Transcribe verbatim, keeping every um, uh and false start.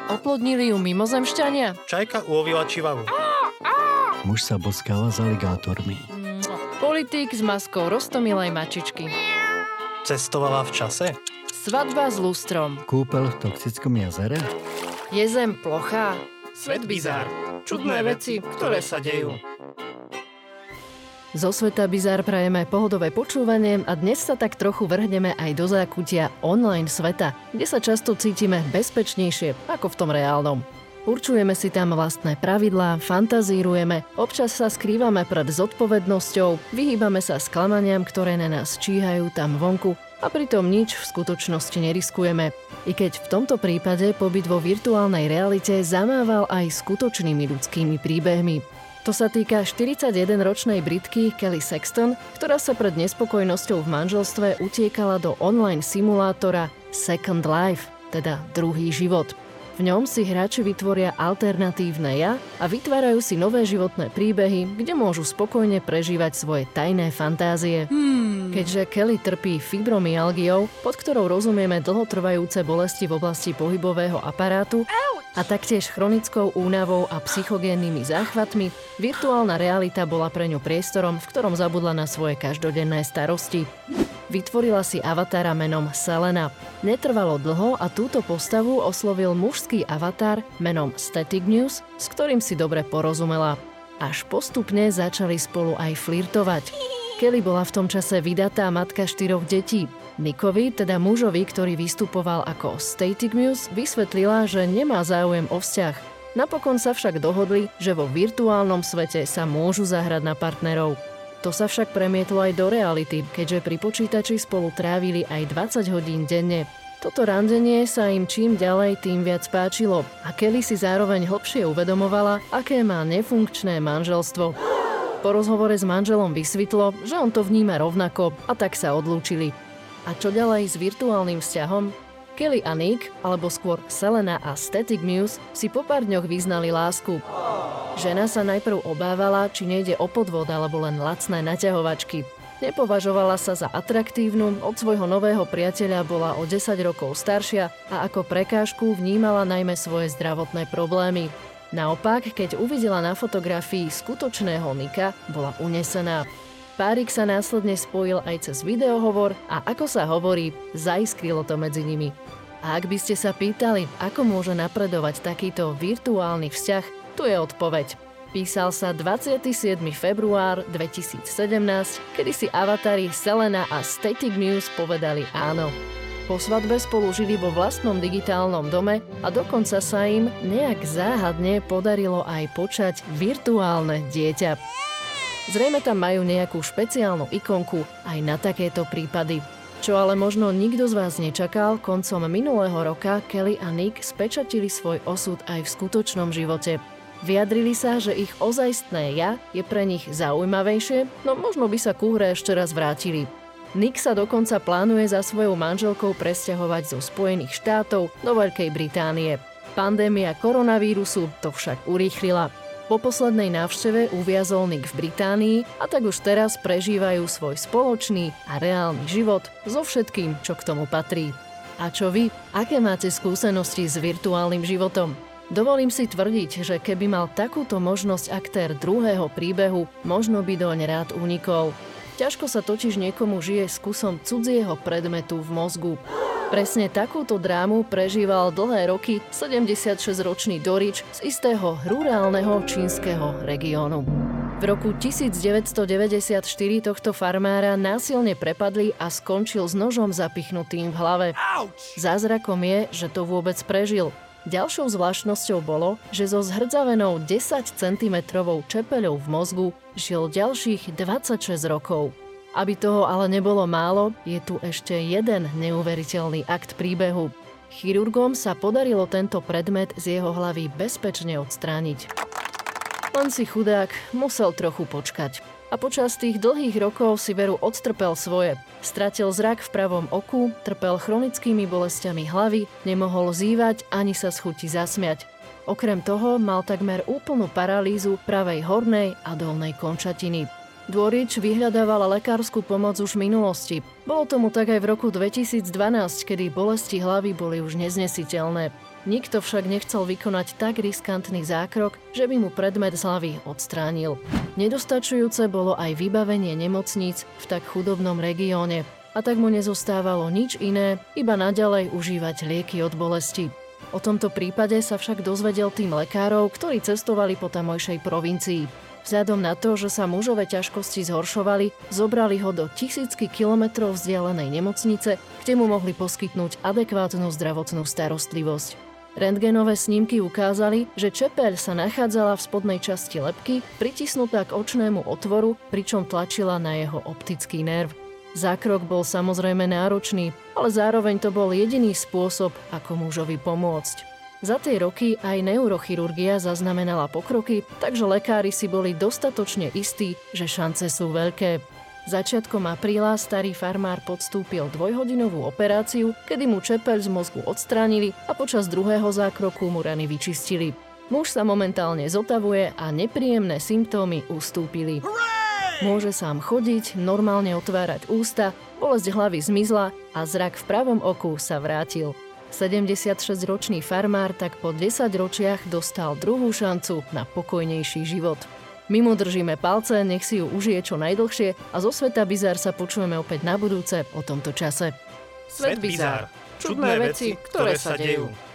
Oplodnili ju mimozemšťania? Čajka ulovila čivavu. Muž sa boskáva s aligátormi. Politík s maskou roztomilej mačičky. Cestovala v čase? Svadba s lustrom. Kúpel v toxickom jazere? Je zem plochá? Svet bizár. Čudné veci, ktoré sa dejú. Zo sveta bizár prajeme pohodové počúvanie a dnes sa tak trochu vrhneme aj do zákutia online sveta, kde sa často cítime bezpečnejšie ako v tom reálnom. Určujeme si tam vlastné pravidlá, fantazírujeme, občas sa skrývame pred zodpovednosťou, vyhýbame sa sklamaniam, ktoré na nás číhajú tam vonku a pritom nič v skutočnosti neriskujeme. I keď v tomto prípade pobyt vo virtuálnej realite zamával aj skutočnými ľudskými príbehmi. To sa týka štyridsaťjedenročnej Britky Kelly Sexton, ktorá sa pred nespokojnosťou v manželstve utiekala do online simulátora Second Life, teda druhý život. V ňom si hráči vytvoria alternatívne ja a vytvárajú si nové životné príbehy, kde môžu spokojne prežívať svoje tajné fantázie. Hmm. Keďže Kelly trpí fibromyalgiou, pod ktorou rozumieme dlhotrvajúce bolesti v oblasti pohybového aparátu, a taktiež chronickou únavou a psychogénnymi záchvatmi, virtuálna realita bola pre ňu priestorom, v ktorom zabudla na svoje každodenné starosti. Vytvorila si avatára menom Selena. Netrvalo dlho a túto postavu oslovil mužský avatar menom Static News, s ktorým si dobre porozumela. Až postupne začali spolu aj flirtovať. Kelly bola v tom čase vydatá matka štyroch detí. Nickovi, teda mužovi, ktorý vystupoval ako Static Muse, vysvetlila, že nemá záujem o vzťah. Napokon sa však dohodli, že vo virtuálnom svete sa môžu zahrať na partnerov. To sa však premietlo aj do reality, keďže pri počítači spolu trávili aj dvadsať hodín denne. Toto randenie sa im čím ďalej, tým viac páčilo a Kelly si zároveň hlbšie uvedomovala, aké má nefunkčné manželstvo. Po rozhovore s manželom vysvetlo, že on to vníma rovnako a tak sa odlúčili. A čo ďalej s virtuálnym vzťahom? Kelly a Nick, alebo skôr Selena a Static Muse, si po pár dňoch vyznali lásku. Žena sa najprv obávala, či nejde o podvod alebo len lacné naťahovačky. Nepovažovala sa za atraktívnu, od svojho nového priateľa bola o desať rokov staršia a ako prekážku vnímala najmä svoje zdravotné problémy. Naopak, keď uvidela na fotografii skutočného Nicka, bola unesená. Párik sa následne spojil aj cez videohovor a ako sa hovorí, zaiskrilo to medzi nimi. A ak by ste sa pýtali, ako môže napredovať takýto virtuálny vzťah, tu je odpoveď. Písal sa dvadsiateho siedmeho februára dvetisícsedemnásť, kedy si avatári Selena a Static Muse povedali áno. Po svadbe spolu žili vo vlastnom digitálnom dome a dokonca sa im nejak záhadne podarilo aj počať virtuálne dieťa. Zrejme tam majú nejakú špeciálnu ikonku aj na takéto prípady. Čo ale možno nikto z vás nečakal, koncom minulého roka Kelly a Nick spečatili svoj osud aj v skutočnom živote. Vyjadrili sa, že ich ozajstné ja je pre nich zaujímavejšie, no možno by sa ku hre ešte raz vrátili. Nick sa dokonca plánuje za svojou manželkou presťahovať zo Spojených štátov do Veľkej Británie. Pandémia koronavírusu to však urýchlila. Po poslednej návšteve uviazol Nick v Británii a tak už teraz prežívajú svoj spoločný a reálny život so všetkým, čo k tomu patrí. A čo vy? Aké máte skúsenosti s virtuálnym životom? Dovolím si tvrdiť, že keby mal takúto možnosť aktér druhého príbehu, možno by doň rád unikol. Ťažko sa totiž niekomu žije s kusom cudzieho predmetu v mozgu. Presne takúto drámu prežíval dlhé roky sedemdesiatšesťročný Dorič z istého rurálneho čínskeho regiónu. V roku devätnásťstodeväťdesiatštyri tohto farmára násilne prepadli a skončil s nožom zapichnutým v hlave. Zázrakom je, že to vôbec prežil. Ďalšou zvláštnosťou bolo, že so zhrdzavenou desať centimetrovou čepeľou v mozgu žil ďalších dvadsaťšesť rokov. Aby toho ale nebolo málo, je tu ešte jeden neuveriteľný akt príbehu. Chirurgom sa podarilo tento predmet z jeho hlavy bezpečne odstrániť. Len si chudák musel trochu počkať. A počas tých dlhých rokov si veru odtrpel svoje. Stratil zrak v pravom oku, trpel chronickými bolestiami hlavy, nemohol zývať ani sa z chuti zasmiať. Okrem toho mal takmer úplnú paralýzu pravej hornej a dolnej končatiny. Dvorič vyhľadávala lekárskú pomoc už v minulosti. Bolo tomu tak aj v roku dvetisícdvanásť, kedy bolesti hlavy boli už neznesiteľné. Nikto však nechcel vykonať tak riskantný zákrok, že by mu predmet z hlavy odstránil. Nedostačujúce bolo aj vybavenie nemocníc v tak chudobnom regióne a tak mu nezostávalo nič iné, iba naďalej užívať lieky od bolesti. O tomto prípade sa však dozvedel tým lekárov, ktorí cestovali po tamojšej provincii. Vzhľadom na to, že sa mužové ťažkosti zhoršovali, zobrali ho do tisícky kilometrov vzdialenej nemocnice, kde mu mohli poskytnúť adekvátnu zdravotnú starostlivosť. Rentgenové snímky ukázali, že čepeľ sa nachádzala v spodnej časti lebky, pritisnutá k očnému otvoru, pričom tlačila na jeho optický nerv. Zákrok bol samozrejme náročný, ale zároveň to bol jediný spôsob, ako mužovi pomôcť. Za tie roky aj neurochirurgia zaznamenala pokroky, takže lekári si boli dostatočne istí, že šance sú veľké. Začiatkom apríla starý farmár podstúpil dvojhodinovú operáciu, kedy mu čepeľ z mozgu odstránili a počas druhého zákroku mu rany vyčistili. Muž sa momentálne zotavuje a nepríjemné symptómy ustúpili. Môže sám chodiť, normálne otvárať ústa, bolesť hlavy zmizla a zrak v pravom oku sa vrátil. sedemdesiatšesťročný farmár tak po desaťročiach dostal druhú šancu na pokojnejší život. My mu držíme palce, nech si ju užije čo najdlhšie a zo Sveta Bizár sa počujeme opäť na budúce o tomto čase. Svet Bizár. Čudné veci, ktoré sa dejú.